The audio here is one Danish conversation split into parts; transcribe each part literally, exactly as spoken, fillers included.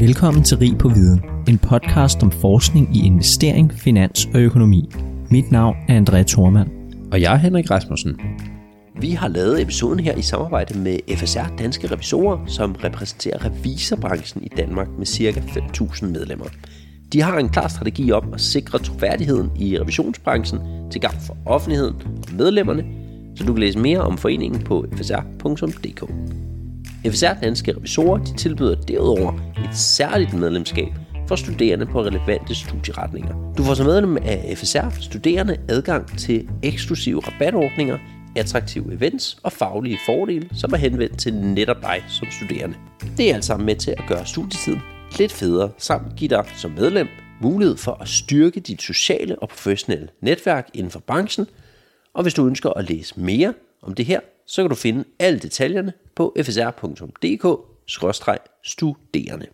Velkommen til Rig på Viden, en podcast om forskning i investering, finans og økonomi. Mit navn er André Thormann. Og jeg er Henrik Rasmussen. Vi har lavet episoden her i samarbejde med F S R Danske Revisorer, som repræsenterer revisorbranchen i Danmark med ca. fem tusind medlemmer. De har en klar strategi om at sikre troværdigheden i revisionsbranchen til gavn for offentligheden og medlemmerne, så du kan læse mere om foreningen på f s r punktum d k. F S R Danske Revisorer de tilbyder derudover et særligt medlemskab for studerende på relevante studieretninger. Du får som medlem af F S R studerende adgang til eksklusive rabatordninger, attraktive events og faglige fordele, som er henvendt til netop dig som studerende. Det er alt sammen med til at gøre studietiden lidt federe, samt give dig som medlem mulighed for at styrke dit sociale og professionelle netværk inden for branchen. Og hvis du ønsker at læse mere om det her, så kan du finde alle detaljerne på f s r punktum d k skråstreg studerende.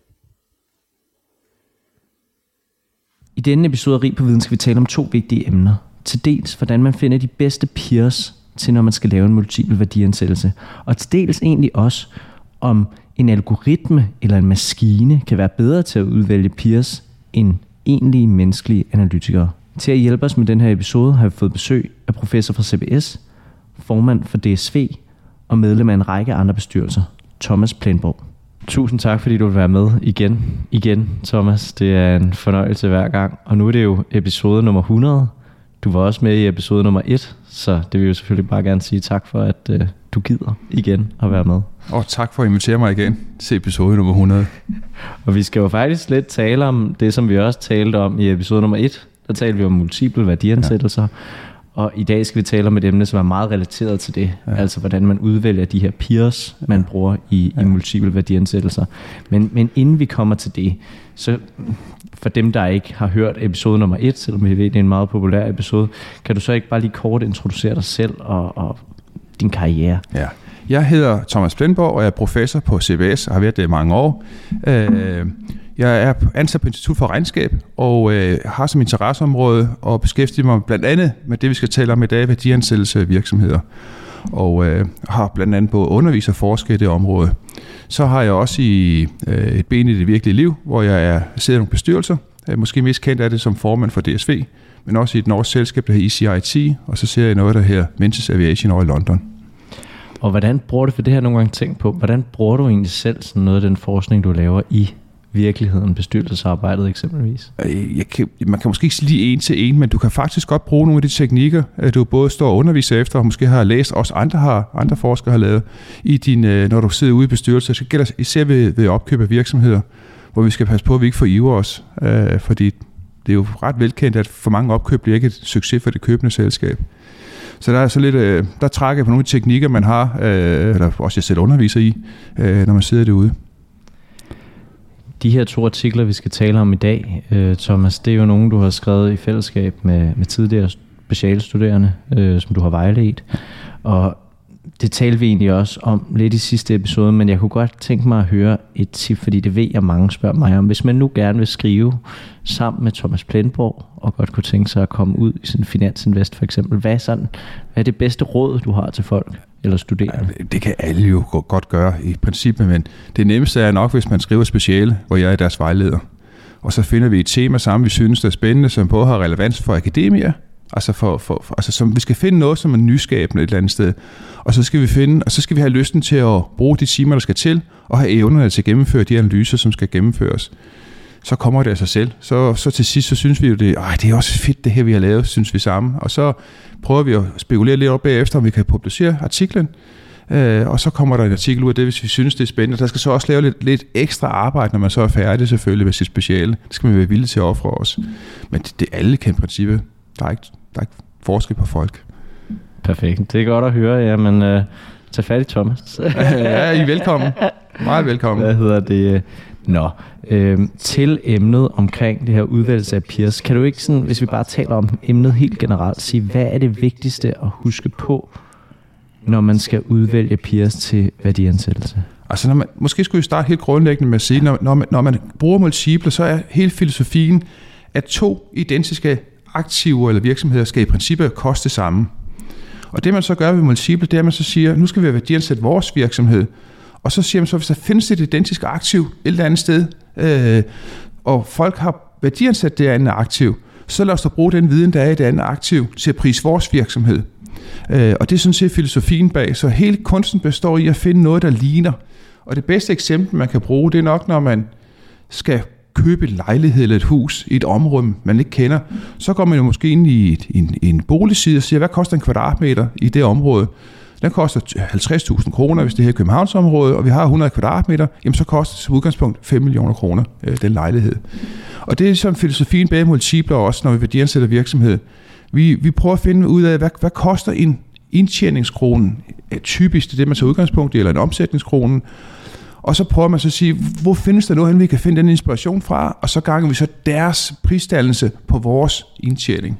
I denne episode af Rig på Viden skal vi tale om to vigtige emner. Til dels, hvordan man finder de bedste peers til, når man skal lave en multipel værdiansættelse. Og til dels egentlig også, om en algoritme eller en maskine kan være bedre til at udvælge peers end egentlige menneskelige analytikere. Til at hjælpe os med den her episode har vi fået besøg af professor fra C B S, formand for D S V og medlem af en række andre bestyrelser, Thomas Plenborg. Tusind tak, fordi du vil være med igen, igen, Thomas. Det er en fornøjelse hver gang. Og nu er det jo episode nummer hundrede. Du var også med i episode nummer et, så det vil jeg selvfølgelig bare gerne sige tak for, at øh, du gider igen at være med. Og tak for at invitere mig igen til episode nummer hundrede. Og vi skal jo faktisk lidt tale om det, som vi også talte om i episode nummer et. Der talte vi om multiple værdiansættelser. Ja. Og i dag skal vi tale om et emne, som er meget relateret til det. Ja. Altså hvordan man udvælger de her peers, man bruger i, ja. i multiple værdiansættelser. Men, men inden vi kommer til det, så for dem, der ikke har hørt episode nummer et, selvom vi ved, det er en meget populær episode, kan du så ikke bare lige kort introducere dig selv og, og din karriere? Ja. Jeg hedder Thomas Plenborg, og jeg er professor på C B S og har været det i mange år. Øh, Jeg er ansat på Institut for Regnskab og øh, har som interesseområde og beskæftiger mig blandt andet med det, vi skal tale om i dag, værdiansættelse af virksomheder. Og øh, har blandt andet både underviser og forsker i det område. Så har jeg også i øh, et ben i det virkelige liv, hvor jeg er sidder i nogle bestyrelser. Jeg er måske mest kendt af det som formand for D S V, men også i et norsk selskab, der hedder E C I T, og så ser jeg noget, der hedder Mentis Aviation over i London. Og hvordan bruger du, for det her nogle gange tænkt på, hvordan bruger du egentlig selv sådan noget af den forskning, du laver i virkeligheden, bestyrelsesarbejdet eksempelvis? Jeg kan, man kan måske ikke lige en til en, men du kan faktisk godt bruge nogle af de teknikker, du både står og underviser efter, og måske har læst, også andre, har, andre forskere har lavet, i din, når du sidder ude i bestyrelser. Så gælder især ved, ved opkøb af virksomheder, hvor vi skal passe på, at vi ikke foриver os, øh, fordi det er jo ret velkendt, at for mange opkøb bliver ikke et succes for det købende selskab. Så der er så lidt, øh, der trækker på nogle teknikker, man har, øh, eller også jeg selv underviser i, øh, når man sidder derude. De her to artikler, vi skal tale om i dag, øh, Thomas, det er jo nogle, du har skrevet i fællesskab med, med tidligere specialstuderende, øh, som du har vejledt. Og det talte vi egentlig også om lidt i sidste episode, men jeg kunne godt tænke mig at høre et tip, fordi det ved jeg, mange spørger mig om. Hvis man nu gerne vil skrive sammen med Thomas Plenborg, og godt kunne tænke sig at komme ud i sin finansinvest for eksempel, hvad er, sådan, hvad er det bedste råd, du har til folk eller studerende? Ja, det kan alle jo godt gøre i princippet, men det nemmeste er nok, hvis man skriver speciale, hvor jeg er deres vejleder. Og så finder vi et tema sammen, vi synes, der er spændende, som både har relevans for akademia, altså, for, for, for, altså som, vi skal finde noget, som er nyskabende et eller andet sted. Og så skal vi finde, og så skal vi have lysten til at bruge de timer, der skal til, og have evnerne til at gennemføre de analyser, som skal gennemføres. Så kommer det af sig selv. Så, så til sidst, så synes vi jo, det, det er også fedt, det her, vi har lavet, synes vi sammen. Og så prøver vi at spekulere lidt op bagefter, om vi kan publicere artiklen. Øh, og så kommer der en artikel ud af det, hvis vi synes, det er spændende. Der skal så også lave lidt, lidt ekstra arbejde, når man så er færdig selvfølgelig med sit speciale. Det skal man være villig til at ofre os. Men det, det alle kan i princippet. Der er ikke, der er ikke forskel på folk. Perfekt. Det er godt at høre. Jamen, øh, tag fat i Thomas. Ja, I er velkommen. Meget velkommen. Hvad hedder det? Nå, øh, til emnet omkring det her udvælgelse af peers, kan du ikke sådan, hvis vi bare taler om emnet helt generelt, sige, hvad er det vigtigste at huske på, når man skal udvælge peers til værdiansættelse? Altså, når man, måske skulle vi starte helt grundlæggende med at sige, når, når, man, når man bruger multiple, så er hele filosofien, at to identiske aktiver eller virksomheder skal i princippet koste sammen. Og det man så gør ved multiple, det er, at man så siger, nu skal vi værdiansætte vores virksomhed, Og så siger man så, hvis der findes et identisk aktiv et eller andet sted, øh, og folk har værdiansat det andet aktiv, så lad os da bruge den viden, der er i det andet aktiv, til at prise vores virksomhed. Øh, og det er sådan set filosofien bag. Så hele kunsten består i at finde noget, der ligner. Og det bedste eksempel, man kan bruge, det er nok, når man skal købe en lejlighed eller et hus i et område, man ikke kender. Så går man jo måske ind i et, en, en boligside og siger, hvad koster en kvadratmeter i det område? Den koster halvtreds tusind kroner, hvis det her er Københavnsområde, og vi har hundrede kvadratmeter, jamen så koster det som udgangspunkt fem millioner kroner, øh, den lejlighed. Og det er ligesom filosofien bag multipler også, når vi værdiansætter virksomhed. Vi, vi prøver at finde ud af, hvad, hvad koster en indtjeningskrone, typisk det, man tager udgangspunkt i, eller en omsætningskrone, og så prøver man så at sige, hvor findes der noget, vi kan finde den inspiration fra, og så ganger vi så deres prisdannelse på vores indtjening.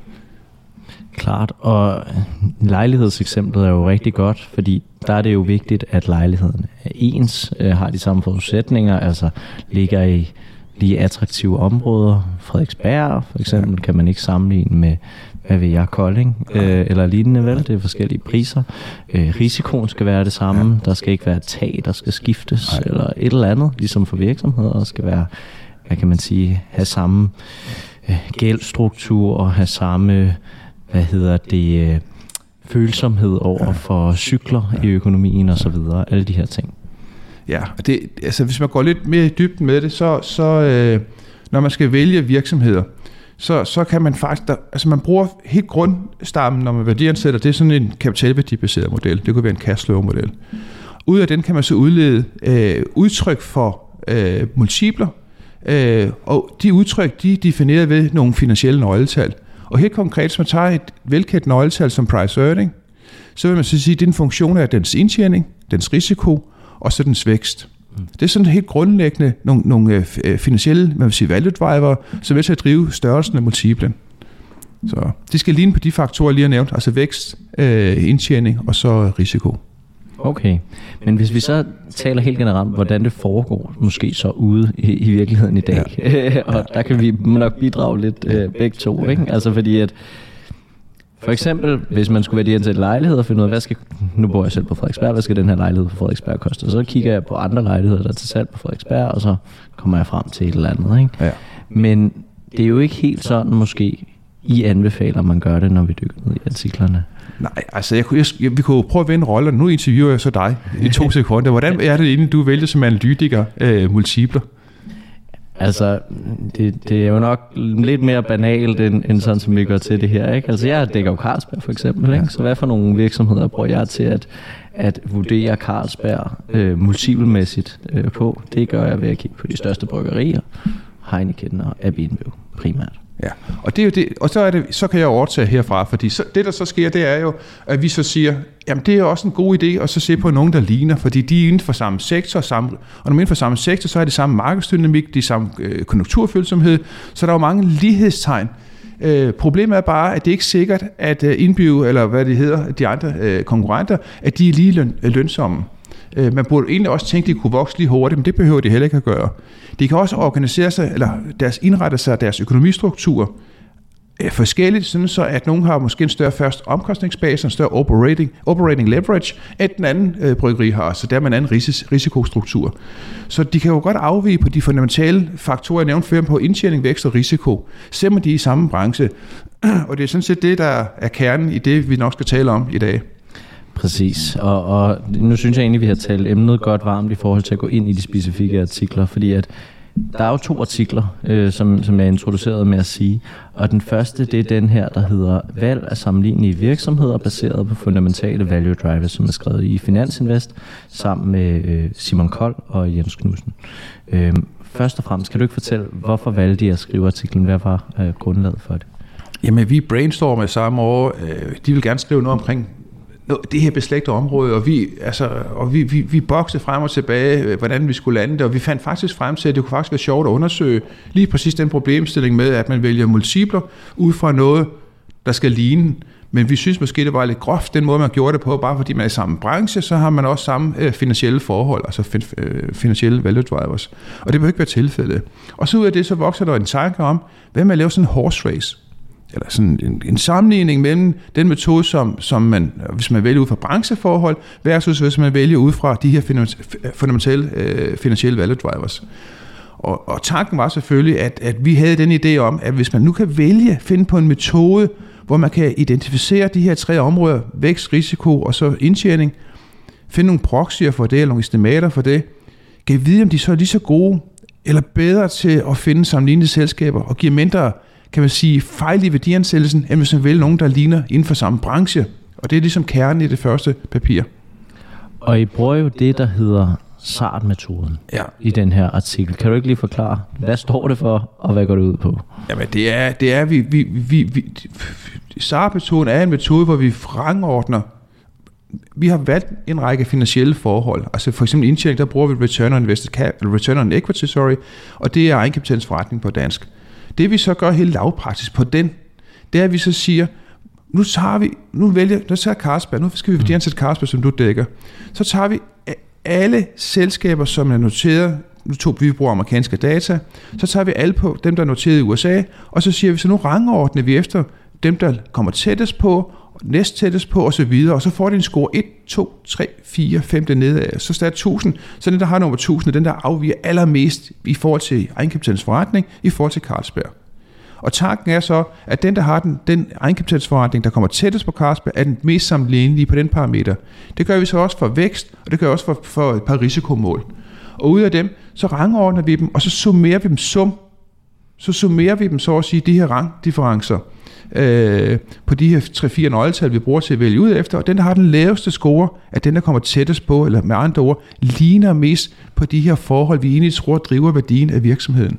Klart, og lejlighedseksemplet er jo rigtig godt, fordi der er det jo vigtigt, at lejligheden er ens, har de samme forudsætninger, altså ligger i lige attraktive områder. Frederiksberg for eksempel kan man ikke sammenligne med, hvad ved jeg, Kolding øh, eller lignende, vel? Det er forskellige priser. Øh, risikoen skal være det samme. Der skal ikke være tag, der skal skiftes, Nej. eller et eller andet, ligesom for virksomheder. Der skal være, hvad kan man sige, have samme øh, gældstruktur og have samme, hvad hedder det, øh, følsomhed over for cykler i økonomien og så videre. Alle de her ting. Ja, det, altså hvis man går lidt mere i dybden med det, så, så øh, når man skal vælge virksomheder, så, så kan man faktisk, der, altså man bruger helt grundstammen, når man værdiansætter, det er sådan en kapitalværdibaseret model, det kunne være en cashflow-model. Ud af den kan man så udlede øh, udtryk for øh, multipler, øh, og de udtryk, de er defineret ved nogle finansielle nøgletal. Og helt konkret, hvis man tager et velkendt nøgletal som price earning, så vil man så sige, at det er en funktion af dens indtjening, dens risiko, og så dens vækst. Det er sådan helt grundlæggende nogle, nogle finansielle, man vil sige, value driver, som er til at drive størrelsen af multiplen. Så de skal ligne på de faktorer, jeg lige har nævnt, altså vækst, øh, indtjening og så risiko. Okay, men hvis vi så taler helt generelt, hvordan det foregår, måske så ude i, i virkeligheden i dag, ja. og der kan vi nok bidrage lidt øh, begge to, ikke? Altså fordi at for eksempel, hvis man skulle værdiansætte lejligheder og finde ud af, hvad skal, nu bor jeg selv på Frederiksberg, hvad skal den her lejlighed på Frederiksberg koste? Så kigger jeg på andre lejligheder, der er til salg på Frederiksberg, og så kommer jeg frem til et eller andet, ikke? Ja. Men det er jo ikke helt sådan, måske, I anbefaler, man gør det, når vi dykker ned i artiklerne. Nej, altså jeg, jeg, jeg, vi kunne prøve at vende roller. Nu interviewer jeg så dig i to sekunder. Hvordan er det, inden du vælger som analytiker øh, multipler? Altså, det, det er jo nok lidt mere banalt, end, end sådan, som vi gør til det her, ikke? Altså, jeg dækker jo Carlsberg, for eksempel, ikke? Så hvad for nogle virksomheder bruger jeg til at, at vurdere Carlsberg øh, multipelmæssigt øh, på? Det gør jeg ved at kigge på de største bryggerier, Heineken og AB InBev primært. Ja, og det er jo det, og så er det, så kan jeg overtage herfra, fordi så, det der så sker, det er jo, at vi så siger, jamen det er jo også en god idé at så se på nogen, der ligner, fordi de er inden for samme sektor, samme, og når man er inden for samme sektor, så er det samme markedsdynamik, de samme øh, konjunkturfølsomhed, så der er jo mange lighedstegn. Øh, problemet er bare, at det er ikke sikkert, at øh, InBev, eller hvad det hedder, de andre øh, konkurrenter, at de er lige løn, øh, lønsomme. Øh, man burde egentlig også tænke, at de kunne vokse lige hurtigt, men det behøver de heller ikke at gøre. De kan også organisere sig, eller deres indrette sig, deres økonomistruktur er forskelligt, sådan så at nogen har måske en større først omkostningsbase, en større operating, operating leverage, end den anden øh, bryggeri har, så der er man en anden ris- risikostruktur. Så de kan jo godt afvige på de fundamentale faktorer, jeg nævnte før, på indtjening, vækst og risiko, selvom de er i samme branche. Og det er sådan set det, der er kernen i det, vi nok skal tale om i dag. Præcis, og, og nu synes jeg egentlig, vi har talt emnet godt varmt i forhold til at gå ind i de specifikke artikler, fordi at der er jo to artikler, øh, som, som jeg introducerede med at sige, og den første, det er den her, der hedder Valg af sammenlignelige virksomheder baseret på fundamentale value drivers, som er skrevet i Finansinvest sammen med øh, Simon Kold og Jens Knudsen. Øh, først og fremmest, kan du ikke fortælle, hvorfor valgte de at skrive artiklen? Hvad var øh, grundlaget for det? Jamen, vi brainstormede samme år. Øh, de vil gerne skrive noget omkring det her beslægtede område, og vi, altså, og vi, vi, vi boksede frem og tilbage, hvordan vi skulle lande det, og vi fandt faktisk frem til, at det kunne faktisk være sjovt at undersøge lige præcis den problemstilling med, at man vælger multipler ud fra noget, der skal ligne. Men vi synes måske, det var lidt groft, den måde, man gjorde det på, bare fordi man er i samme branche, så har man også samme øh, finansielle forhold, altså fin, øh, finansielle value drivers. Og det behøver ikke være tilfældet. Og så ud af det, så vokser der en tanke om, hvad med at lave sådan en horse race? eller sådan en, en sammenligning mellem den metode, som, som man, hvis man vælger ud fra brancheforhold, versus hvis man vælger ud fra de her fundamentale øh, finansielle value drivers. Og, og tanken var selvfølgelig, at, at vi havde den idé om, at hvis man nu kan vælge, finde på en metode, hvor man kan identificere de her tre områder, vækst, risiko og så indtjening, finde nogle proxyer for det, eller nogle estimater for det, kan vide, om de så er lige så gode, eller bedre til at finde sammenlignende selskaber, og give mindre, kan man sige, fejl i værdiansættelsen, end hvis man vælger nogen, der ligner inden for samme branche. Og det er ligesom kernen i det første papir. Og I bruger jo det, der hedder S A R T-metoden ja. i den her artikel. Kan du ikke lige forklare, hvad står det for, og hvad går det ud på? Jamen det er, det er vi, vi, vi, vi S A R T-metoden er en metode, hvor vi rangordner. Vi har valgt en række finansielle forhold. Altså for eksempel indtjening, der bruger vi return on invested capital, return on equity, sorry, og det er egenkapitalsforretning på dansk. Det vi så gør helt lavpraktisk på den, det er, at vi så siger, nu tager vi, nu vælger, nu tager Carlsberg, nu skal vi værdiansætte Carlsberg, som du dækker. Så tager vi alle selskaber, som er noteret, nu tog vi bruger amerikanske data, så tager vi alle på dem, der er noteret i U S A, og så siger vi, så nu rangordner vi efter dem, der kommer tættest på, næst tættest på, og så videre, og så får de en score et, to, tre, fire, fem dernede af, så står der tusind, så den, der har nummer tusind, den der afviger allermest i forhold til egenkapitalsforretning, i forhold til Carlsberg. Og tanken er så, at den, der har den, den egenkapitalsforretning, der kommer tættest på Carlsberg, er den mest sammenlignelige på den parameter. Det gør vi så også for vækst, og det gør vi også for, for et par risikomål. Og ud af dem, så rangordner vi dem, og så summerer vi dem sum. Så summerer vi dem, så at sige, de her rangdifferencer øh, på de her tre fire nøgletal, vi bruger til at vælge ud efter. Og den, der har den laveste score, er den, der kommer tættest på, eller med andre ord, ligner mest på de her forhold, vi egentlig tror driver værdien af virksomheden.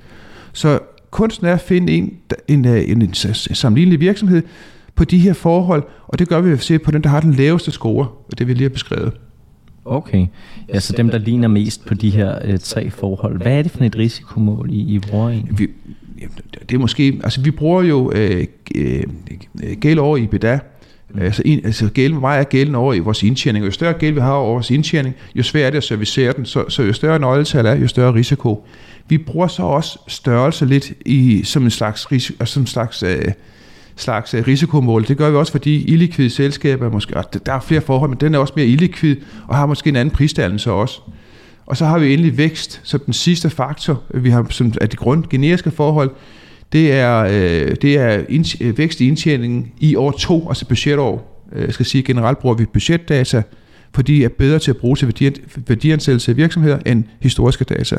Så kunsten er at finde en, en, en, en sammenlignelig virksomhed på de her forhold, og det gør vi ved at se på den, der har den laveste score, og det vi lige har beskrevet. Okay, altså dem, der ligner mest på de her øh, tre forhold. Hvad er det for et risikomål, I, I bruger egentlig? Vi, det er måske, altså vi bruger jo øh, øh, gæld over i B D A. Mm. Altså, altså gæld, hvor meget er gælden over i vores indtjening? Jo større gæld vi har over vores indtjening, jo sværere er det at servicere den, så, så jo større nøgletal er, jo større risiko. Vi bruger så også størrelse lidt i, som en slags, risiko, som en slags, øh, slags øh, risikomål. Det gør vi også, fordi illikvide selskaber, måske, der er flere forhold, men den er også mere illikvid, og har måske en anden prisdannelse også. Og så har vi endelig vækst som den sidste faktor, vi har som af de grundgeneriske forhold. Det er, øh, det er indtj- vækst i indtjeningen i år to, altså budgetår. Jeg skal sige, generelt bruger vi budgetdata, fordi de er bedre til at bruge til værdi- værdiansættelse af virksomheder end historiske data.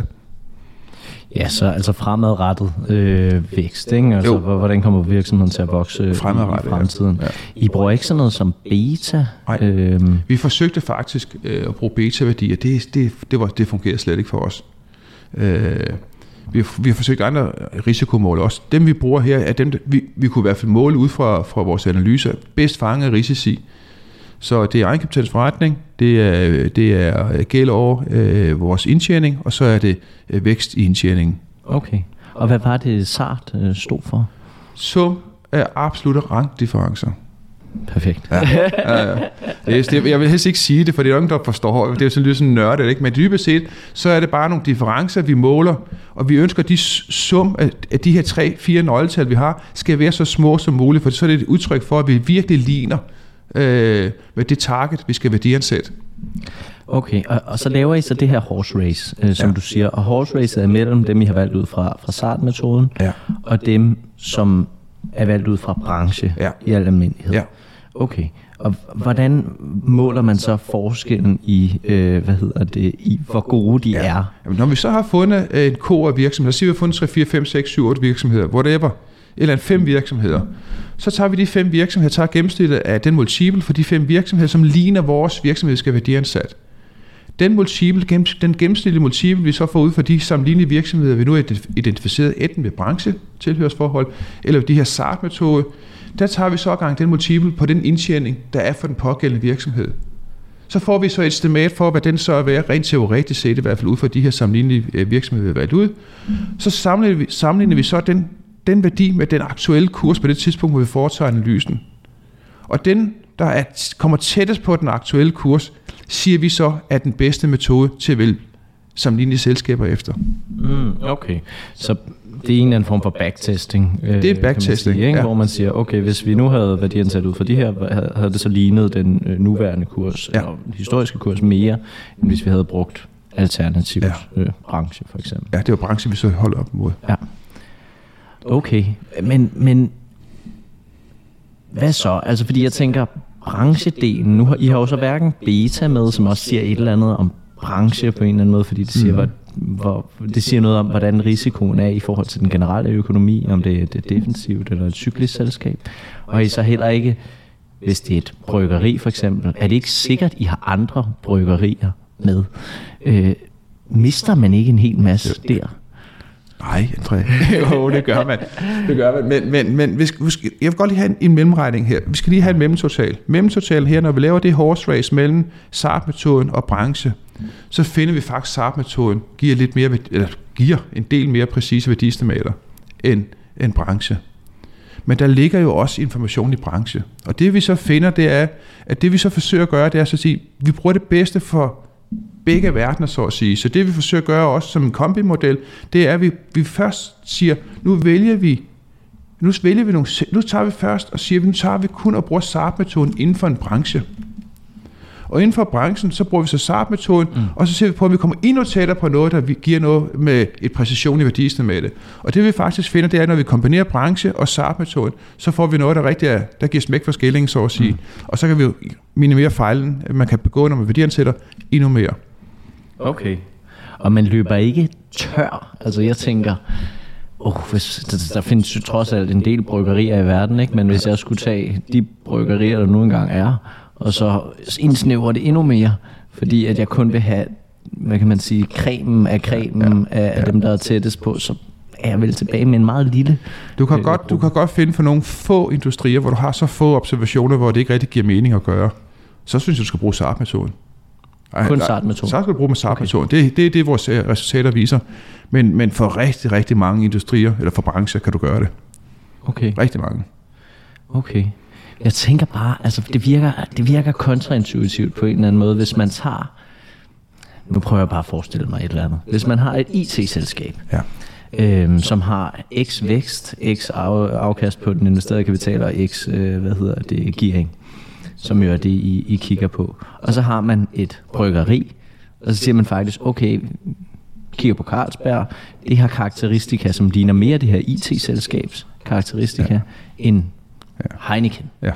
Ja, så altså fremadrettet øh, vækst, ikke? Altså, jo. Hvordan kommer virksomheden til at vokse i fremtiden? Ja. I bruger ikke sådan noget som beta? Nej, øhm. vi forsøgte faktisk øh, at bruge beta-værdier. Det, det, det, var, det fungerede slet ikke for os. Øh, vi, har, vi har forsøgt andre risikomål også. Dem vi bruger her, er dem, der, vi, vi kunne i hvert fald måle ud fra, fra vores analyser. Bedst fanget risici. Så det er egenkapitalsforretning, det er, det er gæld over øh, vores indtjening, og så er det øh, vækst i indtjeningen. Okay. Og hvad var det S A R T øh, stod for? Sum af absolutte rangdifferencer. Perfekt. Ja, ja, ja. Det, det, jeg vil helst ikke sige det, for det er nogen, der forstår. Det er jo sådan lidt sådan nørdet, ikke? Men dybest set, så er det bare nogle differencer, vi måler, og vi ønsker, at de sum af, af de her tre, fire nøgletal, vi har, skal være så små som muligt, for så er det et udtryk for, at vi virkelig ligner øh, med det target, vi skal værdiansætte. Okay, og, og så laver I så det her horse race, øh, som ja. du siger, og horse race er mellem dem, I har valgt ud fra, fra S A R T-metoden, ja. og dem, som er valgt ud fra branche ja. i al almindelighed. Ja. Okay, og hvordan måler man så forskellen i, øh, hvad hedder det, i hvor gode de ja. er? Jamen, når vi så har fundet en ko af virksomheder, så siger vi, har fundet tre, fire, fem, seks, syv, otte virksomheder, whatever, eller en fem virksomheder, så tager vi de fem virksomheder, tager gennemsnittet af den multiple for de fem virksomheder, som ligner vores virksomhed skal værdiansat. Den multiple, den gennemsnitlige multiple, vi så får ud for de sammenlignelige virksomheder, vi nu har identificeret, enten ved branchetilhørsforhold, eller ved de her S A R T-metode, der tager vi så gang den multiple på den indtjening, der er for den pågældende virksomhed. Så får vi så et estimat for, hvad den så er værd, rent teoretisk set, i hvert fald ud fra de her sammenlignelige virksomheder, vi har valgt ud. Så sammenligner vi, sammenligner vi så den, den værdi med den aktuelle kurs på det tidspunkt, hvor vi foretager analysen. Og den, der er, kommer tættest på den aktuelle kurs, siger vi så, er den bedste metode til at vælge sammenlignelige selskaber efter. Mm, okay, så det er en eller anden form for backtesting. Det er backtesting, sige, ikke? ja. Hvor man siger, okay, hvis vi nu havde værdiansat ud for de her, havde, havde det så lignet den øh, nuværende kurs, ja. eller den historiske kurs mere, end hvis vi havde brugt alternativ ja. øh, branche, for eksempel. Ja, det var branche, vi så holdt op mod. Ja. Okay, men, men hvad så? Altså, fordi jeg tænker, branchedelen, nu har I har også hverken beta med, som også siger et eller andet om branche på en eller anden måde, fordi det siger, mm. hvor, hvor, det siger noget om, hvordan risikoen er i forhold til den generelle økonomi, om det, det er defensivt eller et cyklisk selskab. Og I så heller ikke, hvis det er et bryggeri for eksempel, er det ikke sikkert, I har andre bryggerier med. Øh, mister man ikke en hel masse der? Nej, André. Jo, det gør man. Det gør man. Men, men, men vi skal, vi skal, jeg vil godt lige have en, en mellemregning her. Vi skal lige have en mellemtotal. Mellemtotal her, når vi laver det horse race mellem S A R P-metoden og branche, så finder vi faktisk, at S A R P-metoden giver, lidt mere, eller giver en del mere præcise værdiestimater end, end branche. Men der ligger jo også information i branche. Og det vi så finder, det er, at det vi så forsøger at gøre, det er så at sige, vi bruger det bedste for begge verdener, så at sige. Så det vi forsøger at gøre også som en kombimodel, det er, at vi, vi først siger, nu vælger vi, nu vælger vi nogle, nu tager vi først og siger, nu tager vi kun og bruger S A R P-metoden inden for en branche. Og inden for branchen, så bruger vi så S A R P-metoden, mm. og så ser vi på, at vi kommer endnu tættere på noget, der giver noget med et præcision i værdiestimatet. Og det vi faktisk finder, det er, når vi kombinerer branche og S A R P-metoden, så får vi noget, der rigtig er, der giver smæk for skillingen, så at sige. Mm. Og så kan vi jo minimere fejlen, at man kan begå, når man værdiansætter endnu mere. Okay. Og man løber ikke tør. Altså jeg tænker, oh, hvis, der, der findes jo trods alt en del bryggerier i verden, ikke? Men hvis jeg skulle tage de bryggerier, der nu engang er, og så indsnævre det endnu mere, fordi at jeg kun vil have, hvad kan man sige, cremen af cremen ja, ja, af, af dem, der er tættest på, så er jeg vel tilbage med en meget lille... Du kan, øh, godt, du kan godt finde for nogle få industrier, hvor du har så få observationer, hvor det ikke rigtig giver mening at gøre. Så synes jeg, du skal bruge S A R P-metoden. Kun S A R P-metoden? Så skal du bruge med S A R P-metoden. Okay. Det, det er det, vores resultater viser. Men, men for rigtig, rigtig mange industrier, eller for brancher, kan du gøre det. Okay. Rigtig mange. Okay. Jeg tænker bare, altså det virker, det virker kontraintuitivt på en eller anden måde, hvis man tager, nu prøver jeg bare at forestille mig et eller andet, hvis man har et I T-selskab, ja. øhm, som har X vækst, X afkast på den investerede kapital og X, øh, hvad hedder det, gearing, som jo er det, I, I kigger på. Og så har man et bryggeri, og så siger man faktisk, okay, kigger på Carlsberg, det har karakteristika, som ligner mere det her I T-selskabs karakteristika, ja. end Ja. Heineken. Ja.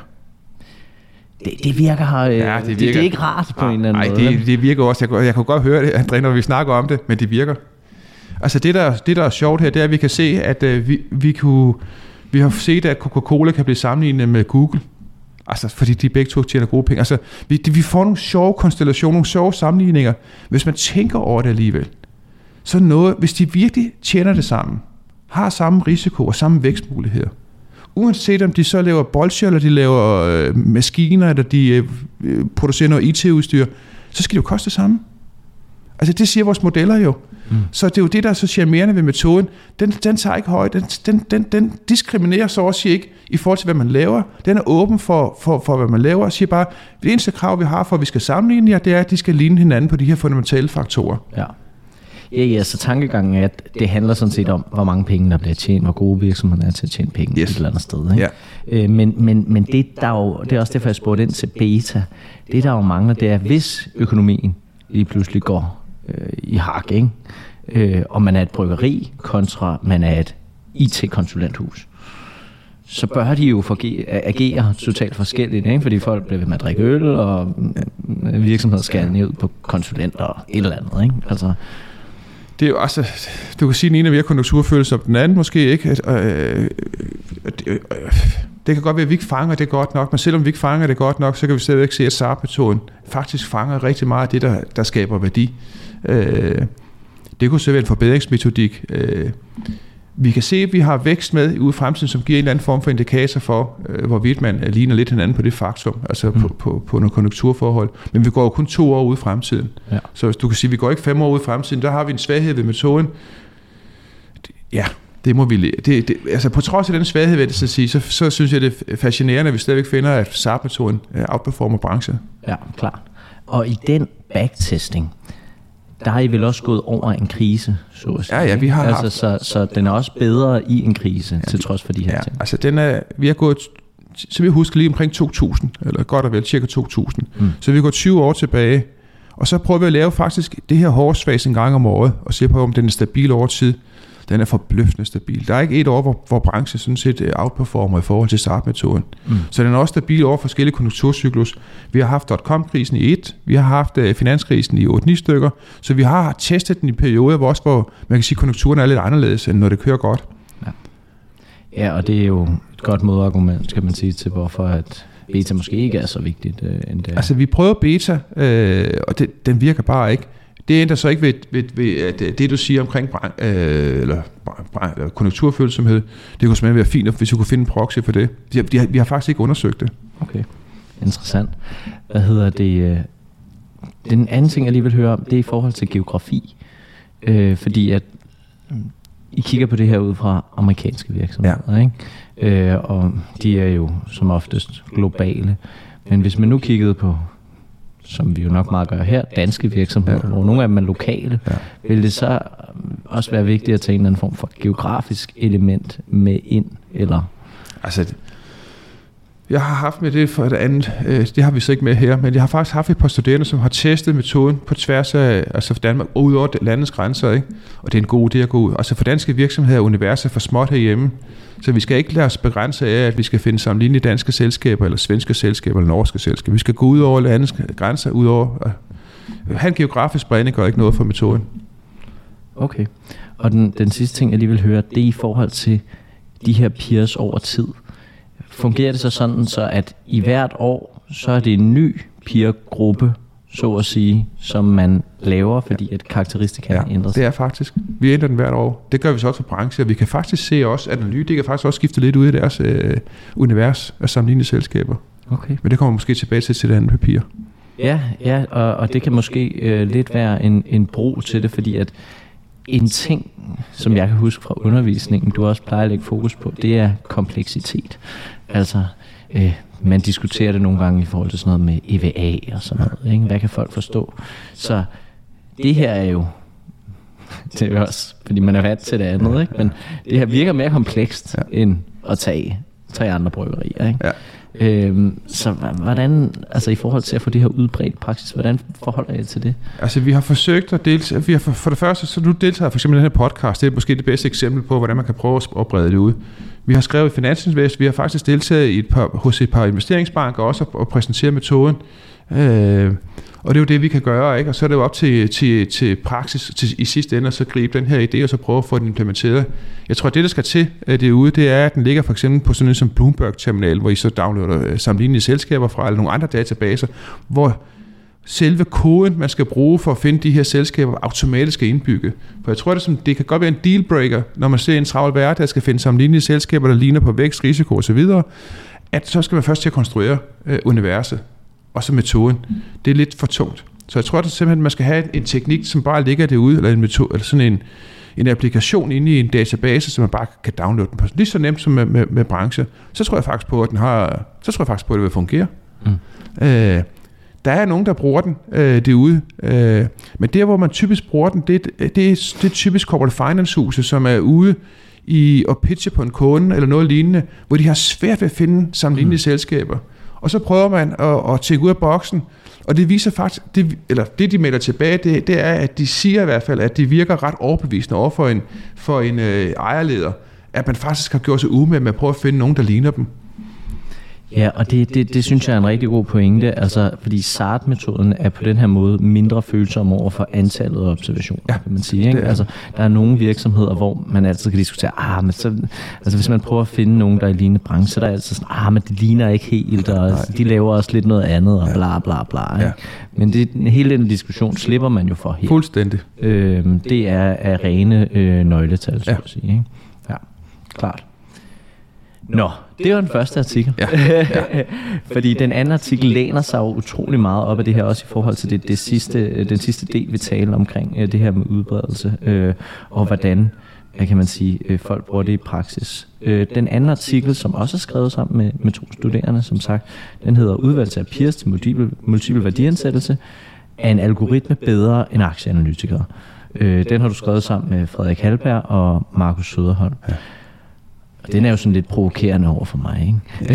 Det, det virker øh, ja, det, virker. Det, det er ikke rart på ah, en eller anden nej, måde. Nej, det, det virker også. Jeg, jeg kunne godt høre det, André, når vi snakker om det, men det virker. Altså det der, det der er sjovt her, det er, at vi kan se, at øh, vi, vi, kunne, vi har set, at Coca-Cola kan blive sammenlignet med Google. Altså fordi de begge to tjener gode penge. Altså vi, de, vi får nogle sjove konstellationer, nogle sjove sammenligninger. Hvis man tænker over det alligevel, så noget, hvis de virkelig tjener det sammen, har samme risiko og samme vækstmuligheder, uanset om de så laver bolsjer, eller de laver øh, maskiner, eller de øh, producerer noget I T-udstyr, så skal det jo koste det samme. Altså det siger vores modeller jo. Mm. Så det er jo det, der er så charmerende ved metoden. Den, den tager ikke højt, den, den, den, den diskriminerer så også ikke i forhold til, hvad man laver. Den er åben for, for, for hvad man laver, og siger bare, det eneste krav, vi har for, at vi skal sammenligne jer, det er, at de skal ligne hinanden på de her fundamentale faktorer. Ja. Ja, ja, så tankegangen er, at det handler sådan set om, hvor mange penge der bliver tjent, hvor gode virksomheder er til at tjene penge yes. et eller andet sted. Ikke? Ja. Øh, men men, men det, der jo, det er også derfor, jeg spurgte ind til beta. Det, der jo mangler, det er, hvis økonomien lige pludselig går øh, i hak, ikke? Øh, og man er et bryggeri kontra man er et I T-konsulenthus, så bør de jo forge- agere totalt forskelligt, ikke? Fordi folk bliver ved med at drikke øl, og virksomheder skal ned på konsulenter og et eller andet. Ikke? Altså, det er jo også, du kan sige, at den ene er mere konjunkturfølelse som den anden, måske ikke. At, øh, øh, det kan godt være, at vi ikke fanger det godt nok, men selvom vi ikke fanger det godt nok, så kan vi stadigvæk se, at S A R P-metoden faktisk fanger rigtig meget af det, der, der skaber værdi. Øh, det kunne så være en forbedringsmetodik. Øh, vi kan se, at vi har vækst med ude i fremtiden, som giver en eller anden form for indikator for, øh, hvorvidt man ligner lidt hinanden på det faktum, altså mm. på, på, på nogle konjunkturforhold. Men vi går jo kun to år ude i fremtiden. Ja. Så hvis du kan sige, at vi går ikke fem år ude i fremtiden, der har vi en svaghed ved metoden. Ja, det må vi... Det, det, altså på trods af den svaghed, vil jeg så sige, så, så synes jeg, det er fascinerende, at vi stadigvæk finder, at S A R P-metoden outperformer branchen. Ja, klart. Og i den backtesting, der er I vel også gået over en krise, så at sige. Ja, ja, vi har altså, haft... så, så den er også bedre i en krise, ja, til trods for de her ja, ting. altså den er, vi har gået, så vi husker lige omkring to tusind, eller godt og vel, cirka to tusind. Mm. Så vi har gået tyve år tilbage, og så prøver vi at lave faktisk det her hårdsfase en gang om året, og se på, om den er stabil over tid. Den er forbløffende stabil. Der er ikke et år, hvor, hvor branchen sådan set outperformer i forhold til SART-metoden. Mm. Så den er også stabil over forskellige konjunkturcyklus. Vi har haft dot-com-krisen i et, vi har haft uh, finanskrisen i otte ni stykker, så vi har testet den i perioder, hvor, også, hvor man kan sige, at konjunkturen er lidt anderledes, end når det kører godt. Ja, ja, og det er jo et godt modargument, kan man sige, til hvorfor at beta måske ikke er så vigtigt øh, end det. Altså vi prøver beta, øh, og det, den virker bare ikke. Det ændrer så ikke ved, ved, ved at det, du siger omkring brand, øh, eller, brand, eller konjunkturfølsomhed. Det kunne simpelthen være fint, hvis vi kunne finde en proxy for det. De, de, vi har faktisk ikke undersøgt det. Okay, interessant. Hvad hedder det? Den anden ting, jeg lige vil høre om, det er i forhold til geografi. Øh, fordi at I kigger på det her ud fra amerikanske virksomheder, ja. Ikke? Øh, og de er jo som oftest globale. Men hvis man nu kiggede på, som vi jo nok meget gør her, danske virksomheder, ja. Hvor nogle af dem er lokale, ja. Vil det så også være vigtigt at tage en eller anden form for geografisk element med ind, eller? Altså, jeg har haft med det for et andet, øh, det har vi så ikke med her, men jeg har faktisk haft et par studerende, som har testet metoden på tværs af altså Danmark, og ud over landets grænser, ikke? Og det er en god idé at gå ud. Altså for danske virksomheder er universet for småt herhjemme, så vi skal ikke lade os begrænse af, at vi skal finde sammenlignelige danske selskaber, eller svenske selskaber, eller norske selskaber. Vi skal gå ud over landets grænser, ud over... Øh, han geografisk spredning gør ikke noget for metoden. Okay. Og den, den sidste ting, jeg lige vil høre, det er i forhold til de her peers over tid. Fungerer det så sådan, så at i hvert år, så er det en ny peergruppe, så at sige, som man laver, fordi at karakteristika ja, ændrer sig? Det er faktisk. Vi ændrer den hvert år. Det gør vi så også for brancher. Vi kan faktisk se også, at analytikere faktisk også skifter lidt ud i deres øh, univers af sammenlignende selskaber. Okay. Men det kommer måske tilbage til til det andet papir. Ja, ja, og, og det kan måske øh, lidt være en, en bro til det, fordi at en ting, som jeg kan huske fra undervisningen, du også plejer at lægge fokus på, det er kompleksitet. Altså, øh, man diskuterer det nogle gange i forhold til sådan noget med E V A og sådan noget, ikke? Hvad kan folk forstå? Så det her er jo, det er også, fordi man er vant til det andet, ikke? Men det her virker mere komplekst, ja. End at tage tre andre bryggerier, ikke? Ja. Øhm, så hvordan, altså i forhold til at få det her udbredt praksis, hvordan forholder I til det? Altså vi har forsøgt at deltage, vi har for, for det første, så du deltager for eksempel i den her podcast, det er måske det bedste eksempel på, hvordan man kan prøve at brede det ud. Vi har skrevet i Finansinvest, vi har faktisk deltaget i et par, hos et par investeringsbanker også og, og præsenteret metoden. Øh, og det er jo det, vi kan gøre, ikke? Og så er det jo op til, til, til praksis til, i sidste ende, at så gribe den her idé og så prøve at få den implementeret. Jeg tror, at det, der skal til derude, det er, at den ligger for eksempel på sådan en som Bloomberg-terminal, hvor I så downloader sammenlignelige selskaber fra, eller nogle andre databaser, hvor selve koden, man skal bruge for at finde de her selskaber, automatisk er indbygget. For jeg tror, det, som, det kan godt være en dealbreaker, når man ser en travl hverdag, der skal finde sammenlignelige selskaber, der ligner på vækst, risiko osv., at så skal man først til at konstruere øh, universet. Og så metoden. Det er lidt for tungt. Så jeg tror, at simpelthen, man skal have en, en teknik, som bare ligger derude, eller en metode, eller sådan en, en applikation inde i en database, så man bare kan downloade den på. Lige så nemt som med, med, med branche. Så tror jeg faktisk på, at den har, så tror jeg faktisk på, at det vil fungere. Mm. Øh, der er nogen, der bruger den øh, derude. Øh, men der, hvor man typisk bruger den, det, det, det, er, det er typisk corporate finance-huse, som er ude i at pitche på en kunde, eller noget lignende, hvor de har svært ved at finde sammenlignelige mm. selskaber. Og så prøver man at, at tjekke ud af boksen, og det viser faktisk, det, eller det de melder tilbage, det, det er, at de siger i hvert fald, at de virker ret overbevisende over for en, for en øh, ejerleder, at man faktisk har gjort sig umage med at prøve at finde nogen, der ligner dem. Ja, og det, det, det synes jeg er en rigtig god pointe, altså, fordi SART-metoden er på den her måde mindre følsom over for antallet af observationer, ja, kan man sige. Ikke? Altså, der er nogle virksomheder, hvor man altid kan diskutere, ah, men så, altså, hvis man prøver at finde nogen, der er i lignende branche, så er der altid sådan, ah, men det ligner ikke helt, og de laver også lidt noget andet, og bla bla bla. Ikke? Ja. Men det, hele den diskussion slipper man jo for her. Fuldstændig. Øhm, det er af rene øh, nøgletal, så ja. At sige. Ikke? Ja, klart. Nå, det var den første artikel. Ja, ja. Fordi den anden artikel læner sig jo utrolig meget op af det her, også i forhold til det, det sidste, den sidste del, vi taler omkring det her med udbredelse, øh, og hvordan, kan man sige, øh, folk bruger det i praksis. Øh, den anden artikel, som også er skrevet sammen med, med to studerende, som sagt, den hedder Udvalgelse af peers til multiple, multiple værdiansættelse, er en algoritme bedre end aktieanalytikere? Øh, den har du skrevet sammen med Frederik Hallberg og Markus Søderholm. Ja. Og den er jo sådan lidt provokerende over for mig, ikke?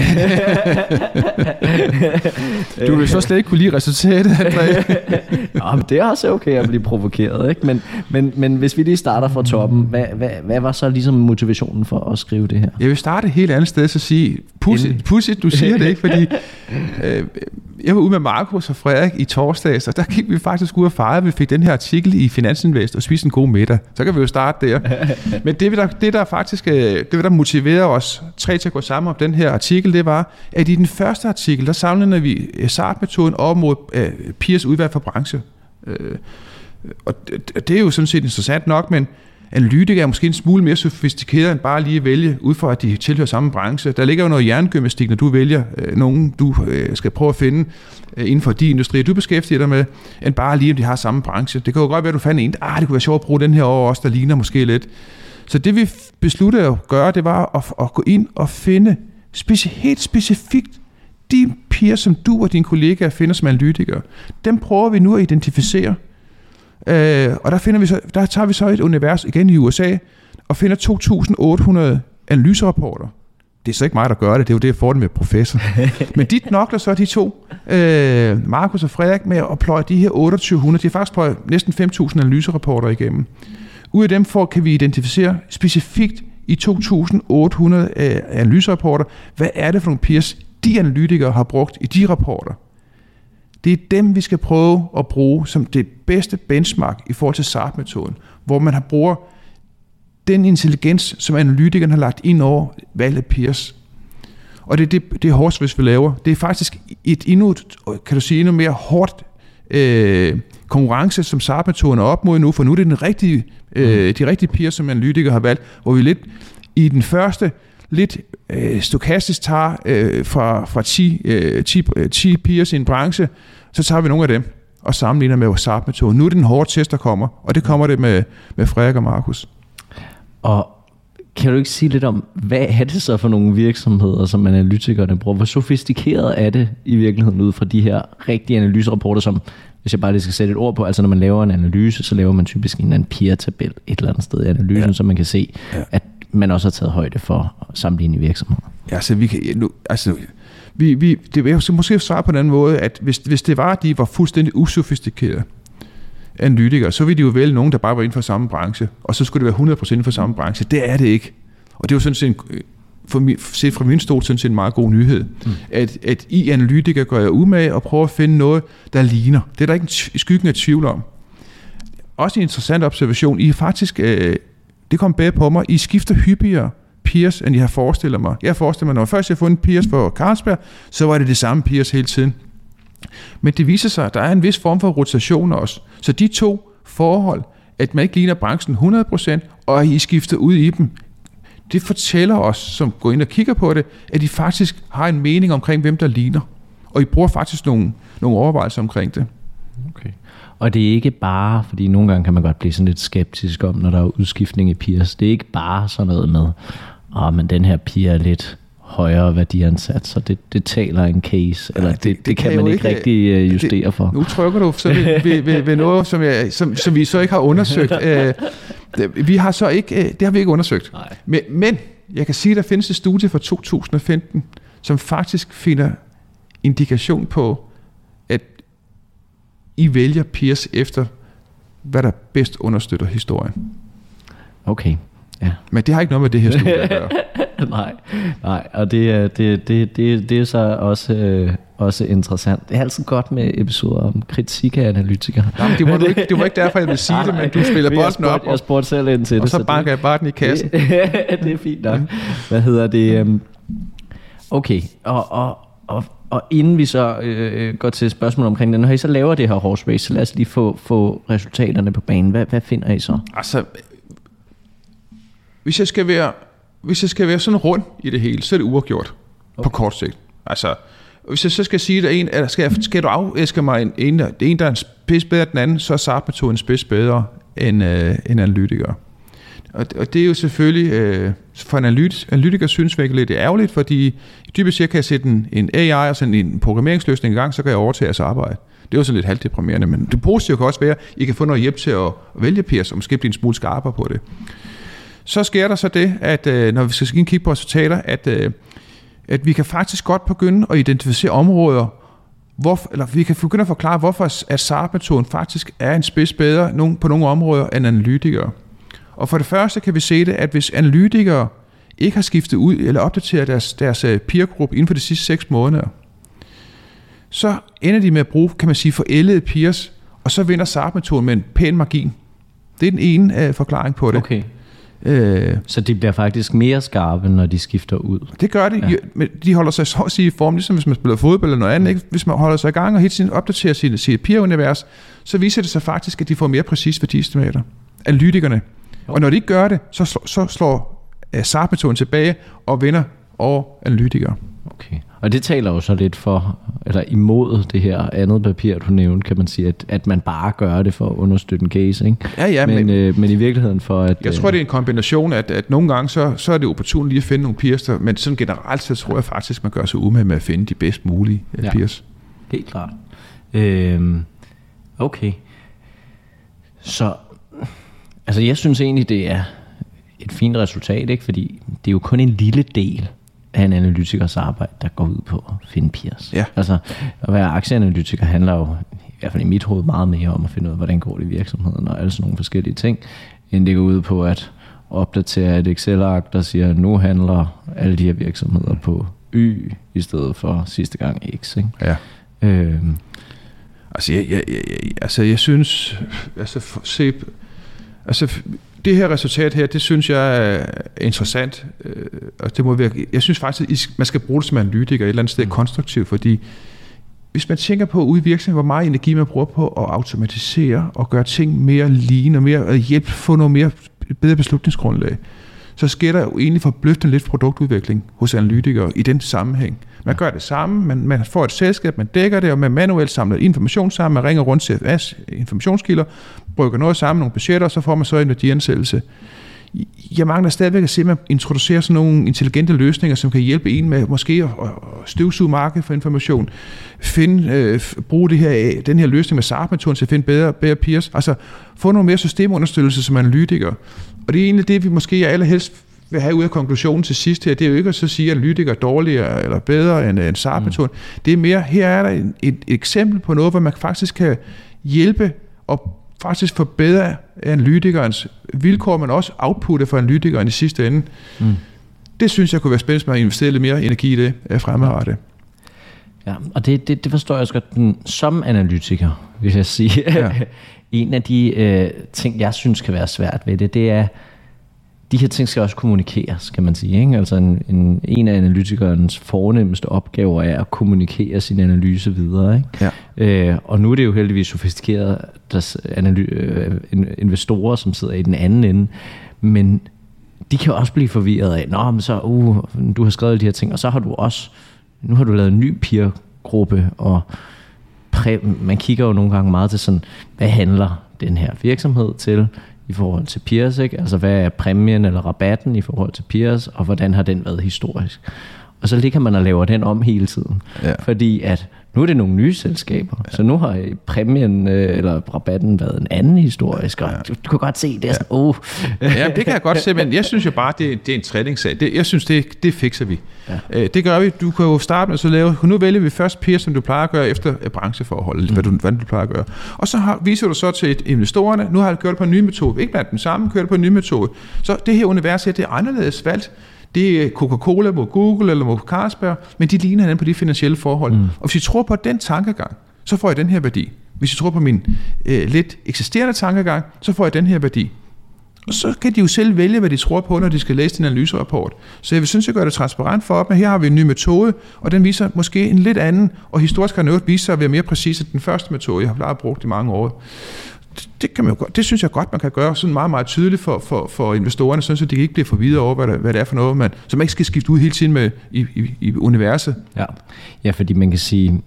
Du vil så slet ikke kunne lide resultatet, André. Nå, men det er også okay at blive provokeret, ikke? Men, men, men hvis vi lige starter fra toppen, hvad, hvad, hvad var så ligesom motivationen for at skrive det her? Jeg vil starte et helt andet sted, så sige, pudsigt, du siger det, ikke? Fordi øh, jeg var ude med Markus og Frederik i torsdags, og der gik vi faktisk ud og fejre, vi fik den her artikel i Finansinvest og spiste en god middag. Så kan vi jo starte der. Men det, der, det der faktisk, det der motiverer os tre til at gå sammen om den her artikel, det var, at i den første artikel, der samlede vi S A R T-metoden op mod øh, Peers udvalg for branche. Øh, og det, det er jo sådan set interessant nok, men analytikere er måske en smule mere sofistikeret end bare lige at vælge, ud fra at de tilhører samme branche. Der ligger jo noget hjernegymnastik, når du vælger øh, nogen, du øh, skal prøve at finde øh, inden for de industrier, du beskæftiger dig med, end bare lige, om de har samme branche. Det kan jo godt være, at du fandt en, ah, det kunne være sjovt at bruge den her over også, der ligner måske lidt. Så det vi besluttede at gøre, det var at, at gå ind og finde speci- helt specifikt de peers, som du og dine kollegaer finder som analytikere. Dem prøver vi nu at identificere. Øh, og der, finder vi så, der tager vi så et univers igen i U S A og finder to tusind otte hundrede analyserapporter. Det er så ikke mig, der gør det, det er jo det, jeg får det med professor. Men de knokler så de to, øh, Markus og Frederik, med at pløje de her otteogtyve hundrede. De har faktisk pløjet næsten fem tusind analyserapporter igennem. Ud af dem for, kan vi identificere specifikt i to tusind otte hundrede øh, analyserapporter, hvad er det for nogle peers, de analytikere har brugt i de rapporter. Det er dem, vi skal prøve at bruge som det bedste benchmark i forhold til S A R T-metoden, hvor man har bruger den intelligens, som analytikeren har lagt ind over valget af peers. Og det er det, det er hårdt, hvis vi laver. Det er faktisk et endnu, kan du sige, endnu mere hårdt øh, konkurrence, som S A R T-metoden er op mod nu, for nu er det den rigtige, øh, de rigtige peers, som analytikere har valgt, hvor vi lidt i den første lidt øh, stokastisk tager øh, fra, fra ti, øh, ti, øh, ti peers i en branche, så tager vi nogle af dem og sammenligner med S A R T-metoden. Nu er det den hårde test, der kommer, og det kommer det med, med Frederik og Markus. Og kan du ikke sige lidt om, hvad er det så for nogle virksomheder, som analytikerne bruger? Hvor sofistikeret er det i virkeligheden ud fra de her rigtige analyserapporter, som, hvis jeg bare lige skal sætte et ord på, altså når man laver en analyse, så laver man typisk en eller anden peer-tabel et eller andet sted i analysen, ja. Så man kan se, ja. At man også har taget højde for sammenlignende virksomheder. Ja, så vi kan, nu, altså, vi, vi, det vil jeg måske svare på den anden måde, at hvis, hvis det var, at de var fuldstændig usofistikerede analytikere, så ville de jo vælge nogen, der bare var inden for samme branche, og så skulle det være hundrede procent inden for samme branche. Det er det ikke. Og det er jo sådan set, en, for mi, set fra min stol, sådan set en meget god nyhed, mm. at, at I analytikere gør jer umage og prøver at finde noget, der ligner. Det er der ikke en skyggen af tvivl om. Også en interessant observation. I er faktisk, øh, det kom bag på mig, I skifter hyppigere peers, end jeg har forestillet mig. Jeg forestiller mig, når først jeg har fundet peers for Carlsberg, så var det det samme peers hele tiden. Men det viser sig, at der er en vis form for rotation også. Så de to forhold, at man ikke ligner branchen hundrede procent, og at I skifter ud i dem, det fortæller os, som går ind og kigger på det, at I faktisk har en mening omkring, hvem der ligner. Og I bruger faktisk nogle, nogle overvejelser omkring det. Okay. Og det er ikke bare, fordi nogle gange kan man godt blive sådan lidt skeptisk om, når der er udskiftning i peers. Det er ikke bare sådan noget med, åh, men den her peer er lidt højere værdiansat, så det, det taler en case, eller det, det, det, det kan, kan man ikke rigtig justere det, for. Nu trykker du så ved, ved, ved, ved noget, som, jeg, som, som vi så ikke har undersøgt. Uh, vi har så ikke, uh, det har vi ikke undersøgt. Men, men jeg kan sige, at der findes et studie fra to tusind og femten, som faktisk finder indikation på, at I vælger peers efter, hvad der bedst understøtter historien. Okay, ja. Men det har ikke noget med det her studie at gøre. nej, nej, og det, det, det, det, det er så også, øh, også interessant. Det er altid godt med episoder om kritik af analytikere. Nej, det var, du ikke, det var ikke derfor, jeg ville sige det, men du spiller bolden op. Jeg spurgte selv ind til og det. Og så banker jeg bare den i kassen. Det, det er fint nok. Hvad hedder det? Okay, og, og, og, og inden vi så øh, går til spørgsmål omkring det, når I så laver det her horse race, så lad os lige få, få resultaterne på banen. Hvad, hvad finder I så? Altså, hvis jeg skal være... Hvis jeg skal være sådan rundt i det hele, så er det uafgjort okay. På kort sigt. Altså, hvis jeg så skal sige, at en, eller skal, jeg, skal du afæske mig en, en, en, der er en spids bedre end den anden, så er S A R T-metoden en spids bedre end, øh, end analytikere. Og, og det er jo selvfølgelig, øh, for en analyt, analytiker synes virkelig lidt ærgerligt, fordi dybest set kan jeg sætte en, en A I og sådan en programmeringsløsning i gang, så kan jeg overtage jeres arbejde. Det er jo sådan lidt halvdeprimerende, men det positive kan også være, at I kan få noget hjælp til at vælge peers, og måske blive en smule skarpere på det. Så sker der så det, at øh, når vi skal kigge på resultater, at, øh, at vi kan faktisk godt begynde at identificere områder, hvor, eller vi kan begynde at forklare, hvorfor at S A R P-metoden faktisk er en spids bedre på nogle områder end analytikere. Og for det første kan vi se det, at hvis analytikere ikke har skiftet ud eller opdateret deres, deres peergruppe inden for de sidste seks måneder, så ender de med at bruge, kan man sige, forældede peers, og så vinder S A R P-metoden med en pæn margin. Det er den ene uh, forklaring på det. Okay. Øh, så de bliver faktisk mere skarpe, når de skifter ud? Det gør de, ja. Men de holder sig så at sige i form, ligesom hvis man spiller fodbold eller noget andet. Ikke? Hvis man holder sig i gang og hele tiden opdaterer sit, sit peer-univers, så viser det sig faktisk, at de får mere præcise værdiestimater. Analytikerne. Jo. Og når de ikke gør det, så slår, så slår uh, S A R P-metoden tilbage og vinder over analytikere. Okay. Og det taler jo så lidt for, eller imod det her andet papir, du nævnte, kan man sige, at, at man bare gør det for at understøtte en case, ikke? Ja, ja. Men, men, øh, men i virkeligheden for at... Jeg tror, det er en kombination, at, at nogle gange, så, så er det opportunt lige at finde nogle peers, der, men sådan generelt, så tror jeg faktisk, man gør sig umage med at finde de bedst mulige ja. peers. Helt klart. Øhm, okay. Så, altså jeg synes egentlig, det er et fint resultat, ikke? Fordi det er jo kun en lille del af en analytikers arbejde, der går ud på at finde peers. Ja. Altså, at være aktieanalytiker handler jo, i hvert fald i mit hoved, meget mere om at finde ud af, hvordan går det i virksomheden, og alle sådan nogle forskellige ting, end det går ud på at opdatere et Excel-ark, der siger, at nu handler alle de her virksomheder på Y, i stedet for sidste gang X. Ikke? Ja. Øhm. Altså, jeg, jeg, jeg, altså, jeg synes, altså, for, se, altså, det her resultat her, det synes jeg er interessant, og det må virke. Jeg synes faktisk, at man skal bruge det som analytiker et eller andet sted mm. konstruktivt, fordi hvis man tænker på ude i virksomheden, hvor meget energi man bruger på at automatisere og gøre ting mere lean og mere at hjælpe få noget mere bedre beslutningsgrundlag, så sker der jo egentlig forbløffende lidt produktudvikling hos analytikere i den sammenhæng. Man gør det samme, man, man får et selskab, man dækker det, og man manuelt samler information sammen, man ringer rundt til F S, informationskilder, brygger noget sammen, nogle budgetter, og så får man så en værdiansættelse. Jeg mangler stadigvæk at se, at man introducerer sådan nogle intelligente løsninger, som kan hjælpe en med måske at støvsuge markedet for information, finde, øh, bruge det her, den her løsning med S A R P-metoden til at finde bedre, bedre peers, altså få noget mere systemunderstøttelse som analytiker. Og det er egentlig det, vi måske allerhelst vil have ud af konklusionen til sidst her. Det er jo ikke at så sige, at analytikere er dårligere eller bedre end en S A R P-metoden. Mm. Det er mere, her er der et, et eksempel på noget, hvor man faktisk kan hjælpe og faktisk forbedre analytikernes vilkår, men også outputte for analytikeren i sidste ende. Mm. Det synes jeg kunne være spændende, at investere lidt mere energi i det fremadrettet. Ja, og det, det, det forstår jeg også godt. Som analytiker, vil jeg sige. Ja. En af de øh, ting, jeg synes kan være svært ved det, det er, de her ting skal også kommunikeres, kan man sige. Ikke? Altså en, en, en af analytikernes fornemmeste opgaver er at kommunikere sin analyse videre. Ikke? Ja. Øh, og nu er det jo heldigvis sofistikeret, der analy- øh, investorer, som sidder i den anden ende, men de kan også blive forvirret af, nå, men så, uh, du har skrevet de her ting, og så har du også, nu har du lavet en ny peer-gruppe, og præ- man kigger jo nogle gange meget til sådan, hvad handler den her virksomhed til i forhold til peers, ikke? Altså hvad er præmien eller rabatten i forhold til peers, og hvordan har den været historisk? Og så ligger man og laver den om hele tiden. Ja. Fordi at nu er det nogle nye selskaber, ja. Så nu har præmien øh, eller rabatten været en anden historisk, og ja. du, du kan godt se, det er sådan, oh. Ja, det kan jeg godt se, men jeg synes jo bare, det, det er en træningssag. Det, jeg synes, det, det fikser vi. Ja. Øh, det gør vi. Du kan jo starte med at lave, nu vælger vi først peers, som du plejer at gøre efter brancheforholdet, mm. hvad, du, hvad du plejer at gøre. Og så har, viser du så til investorerne, nu har du gjort det på en ny metode, ikke blandt den samme, kørt det på en ny metode. Så det her univers her, det er anderledes valgt. Det er Coca-Cola mod Google eller mod Carlsberg, men de ligner hinanden på de finansielle forhold. Mm. Og hvis I tror på den tankegang, så får jeg den her værdi. Hvis I tror på min øh, lidt eksisterende tankegang, så får jeg den her værdi. Og så kan de jo selv vælge, hvad de tror på, når de skal læse din analyserapport. Så jeg vil synes, jeg gør det transparent for dem, men her har vi en ny metode, og den viser måske en lidt anden, og historisk har noget vist sig at være mere præcis end den første metode, jeg har bare brugt i mange år. Det, kan man jo, det synes jeg godt, man kan gøre sådan meget, meget tydeligt for, for, for investorerne, sådan, så de ikke bliver forvirret over, hvad, der, hvad det er for noget, man, som ikke skal skifte ud hele tiden med, i, i, i universet. Ja. Ja, fordi man kan sige,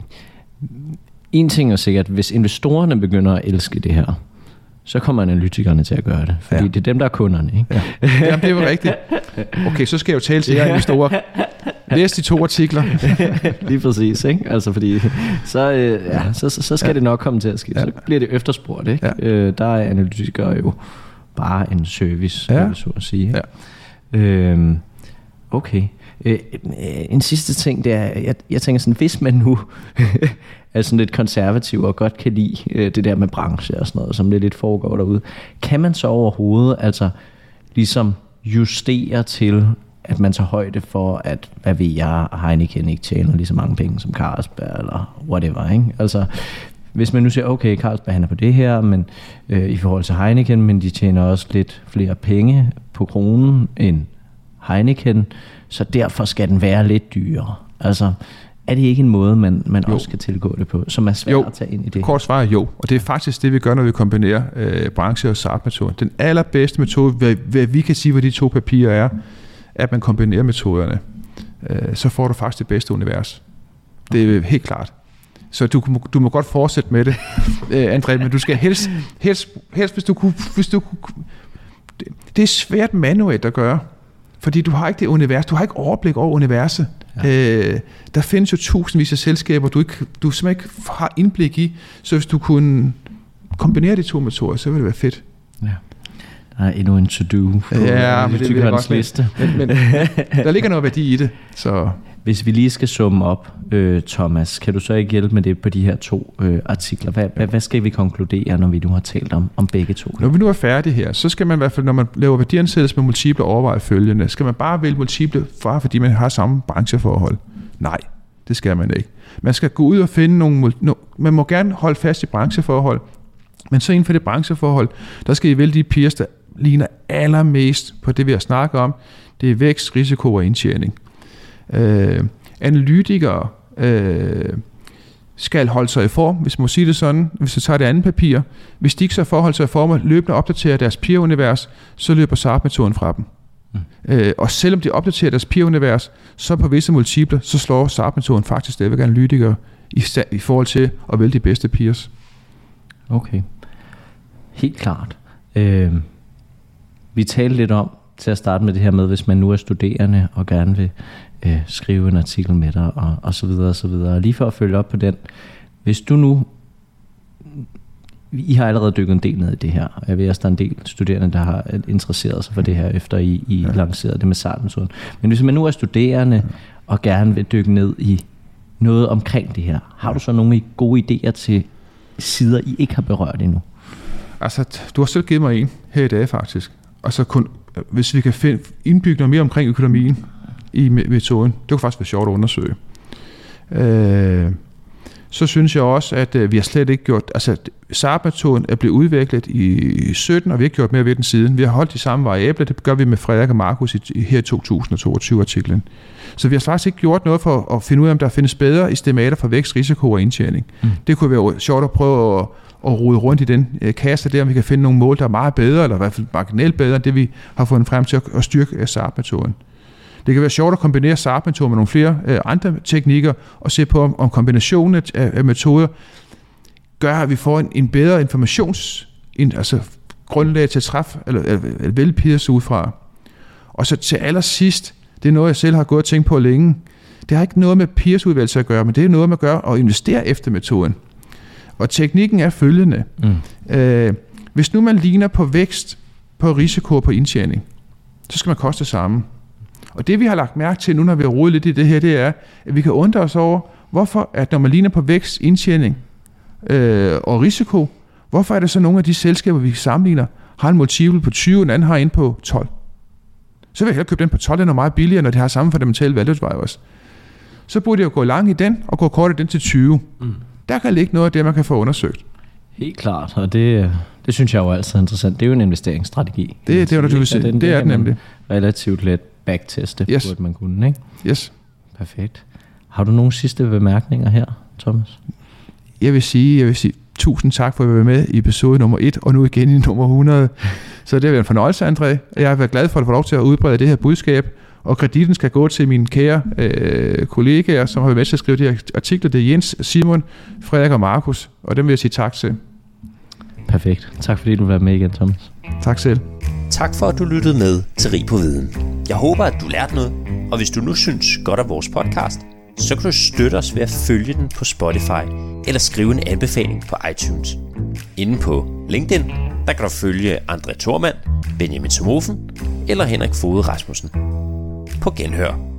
en ting er sikkert, hvis investorerne begynder at elske det her, så kommer analytikerne til at gøre det, fordi ja. Det er dem, der er kunderne. Ikke? Ja. Jamen, det er jo rigtigt. Okay, så skal jeg jo tale til jer investorer. Læs de to artikler. Lige præcis, ikke? Altså fordi, så, øh, ja, så, så, så skal ja. det nok komme til at ske. Ja. Så bliver det efterspurgt, ikke? Ja. Øh, der er analytikere jo bare en service, ja. så at sige. Ja. Øh, okay. Øh, en sidste ting, det er, jeg, jeg tænker sådan, hvis man nu er sådan lidt konservativ og godt kan lide øh, det der med branche og sådan noget, som det lidt foregår derude, kan man så overhovedet altså ligesom justere til, at man tager højde for, at, hvad ved jeg, Heineken ikke tjener lige så mange penge som Carlsberg, eller whatever, ikke? Altså, hvis man nu siger, okay, Carlsberg han er på det her, men øh, i forhold til Heineken, men de tjener også lidt flere penge på kronen end Heineken, så derfor skal den være lidt dyrere. Altså, er det ikke en måde, man, man også skal tilgå det på, som er svært jo. at tage ind i det? Kort svar er jo, og det er faktisk det, vi gør, når vi kombinerer øh, branche- og S A R-metoden. Den allerbedste metode, hvad, hvad vi kan sige, hvad de to papirer er, at man kombinerer metoderne. Øh, så får du faktisk det bedste univers. Det er helt klart. Så du, du må godt fortsætte med det, øh, André, men du skal helst, helst, helst hvis du kunne... Hvis du kunne det, det er svært manuelt at gøre, fordi du har ikke det univers, du har ikke overblik over universet. Ja. Øh, der findes jo tusindvis af selskaber, du, ikke, du simpelthen ikke har indblik i, så hvis du kunne kombinere de to metoder, så ville det være fedt. Ja. Der er endnu en to-do på ja, men det er godt liste. Men, men der ligger noget værdi i det. Så. Hvis vi lige skal summe op, øh, Thomas, kan du så ikke hjælpe med det på de her to øh, artikler? Hvad, hvad, hvad skal vi konkludere, når vi nu har talt om, om begge to? Når vi nu er færdige her, så skal man i hvert fald, når man laver værdiansættelse med multiple, overveje følgende. Skal man bare vælge multiple, bare fordi man har samme brancheforhold? Nej, det skal man ikke. Man skal gå ud og finde nogle... No, man må gerne holde fast i brancheforhold, men så inden for det brancheforhold, der skal I vælge de peers, der ligner allermest på det, vi har snakket om. Det er vækst, risiko og indtjening. Øh, analytikere øh, skal holde sig i form, hvis man må sige det sådan, hvis du tager det andet papir. Hvis de ikke så forholder sig i form og løbende opdaterer deres peer-univers, så løber S A R-metoden fra dem. Mm. Øh, og selvom de opdaterer deres peer-univers, så på visse multipler, så slår S A R-metoden faktisk stadigvæk analytikere i, i forhold til at vælge de bedste peers. Okay. Helt klart. Øh, vi talte lidt om, til at starte med det her med, hvis man nu er studerende og gerne vil øh, skrive en artikel med dig, og, og så videre, og så videre. Og lige for at følge op på den, hvis du nu, I har allerede dykket en del ned i det her, og jeg ved også, der er en del studerende, der har interesseret sig for det her, efter I, I ja. lancerede det med S A R-metoden. Men hvis man nu er studerende, ja. og gerne vil dykke ned i noget omkring det her, har du så nogle gode idéer til sider, I ikke har berørt endnu? Altså, du har selv givet mig en her i dag, faktisk. Og så kun, hvis vi kan finde, indbygge noget mere omkring økonomien i metoden, det kunne faktisk være sjovt at undersøge. Øh, så synes jeg også, at øh, vi har slet ikke gjort, altså S A R-metoden er blevet udviklet i sytten, og vi har ikke gjort mere ved den siden. Vi har holdt de samme variabler, det gør vi med Frederik og Markus i, i her to tusind og toogtyve-artiklen. Så vi har faktisk ikke gjort noget for at finde ud af, om der findes bedre estimater for vækst, risiko og indtjening. Mm. Det kunne være sjovt at prøve at og rode rundt i den øh, kasse der, om vi kan finde nogle mål, der er meget bedre, eller i hvert fald marginalt bedre, end det vi har fundet frem til at, at styrke S A R-metoden. Det kan være sjovt at kombinere S A R-metoden med nogle flere øh, andre teknikker, og se på, om, om kombinationen af, af metoder gør, at vi får en, en bedre informations, en, altså grundlag til at træffe, eller, eller, eller vælge peers ud fra. Og så til allersidst, det er noget, jeg selv har gået og tænkt på længe, det har ikke noget med peersudvalgelse at gøre, men det er noget med at gøre og investere efter metoden. Og teknikken er følgende. Mm. Øh, hvis nu man ligner på vækst, på risiko og på indtjening, så skal man koste det samme. Og det vi har lagt mærke til nu, når vi har rodet lidt i det her, det er, at vi kan undre os over, hvorfor at når man ligner på vækst, indtjening øh, og risiko, hvorfor er det så nogle af de selskaber, vi sammenligner, har en multiple på tyve, og den anden har en på tolv. Så vil jeg hellere købe den på tolv, den er meget billigere, når det har samme fundamentale value drivers. Så burde jeg jo gå lang i den, og gå kort i den til tyve. Mm. Der kan ligge noget af det, man kan få undersøgt. Helt klart, og det, det synes jeg jo altid er interessant. Det er jo en investeringsstrategi. Det, det er naturligvis det, det, det er det nemlig. Relativt let backteste, yes. burde man kunne, ikke? Yes. Perfekt. Har du nogle sidste bemærkninger her, Thomas? Jeg vil sige, jeg vil sige tusind tak for at være med i episode nummer et, og nu igen i nummer hundrede. Så det har været en fornøjelse, André. Jeg har været glad for at få lov til at udbrede det her budskab, og kreditten skal gå til mine kære øh, kollegaer, som har været med til at skrive de her artikler. Det er Jens, Simon, Frederik og Markus, og dem vil jeg sige tak til. Perfekt. Tak fordi du var med igen, Thomas. Tak selv. Tak for, at du lyttede med til Rig på Viden. Jeg håber, at du lærte noget, og hvis du nu synes godt af vores podcast, så kan du støtte os ved at følge den på Spotify eller skrive en anbefaling på iTunes. Inde på LinkedIn, der kan du følge André Thormand, Benjamin Somofen eller Henrik Foged Rasmussen. På genhør.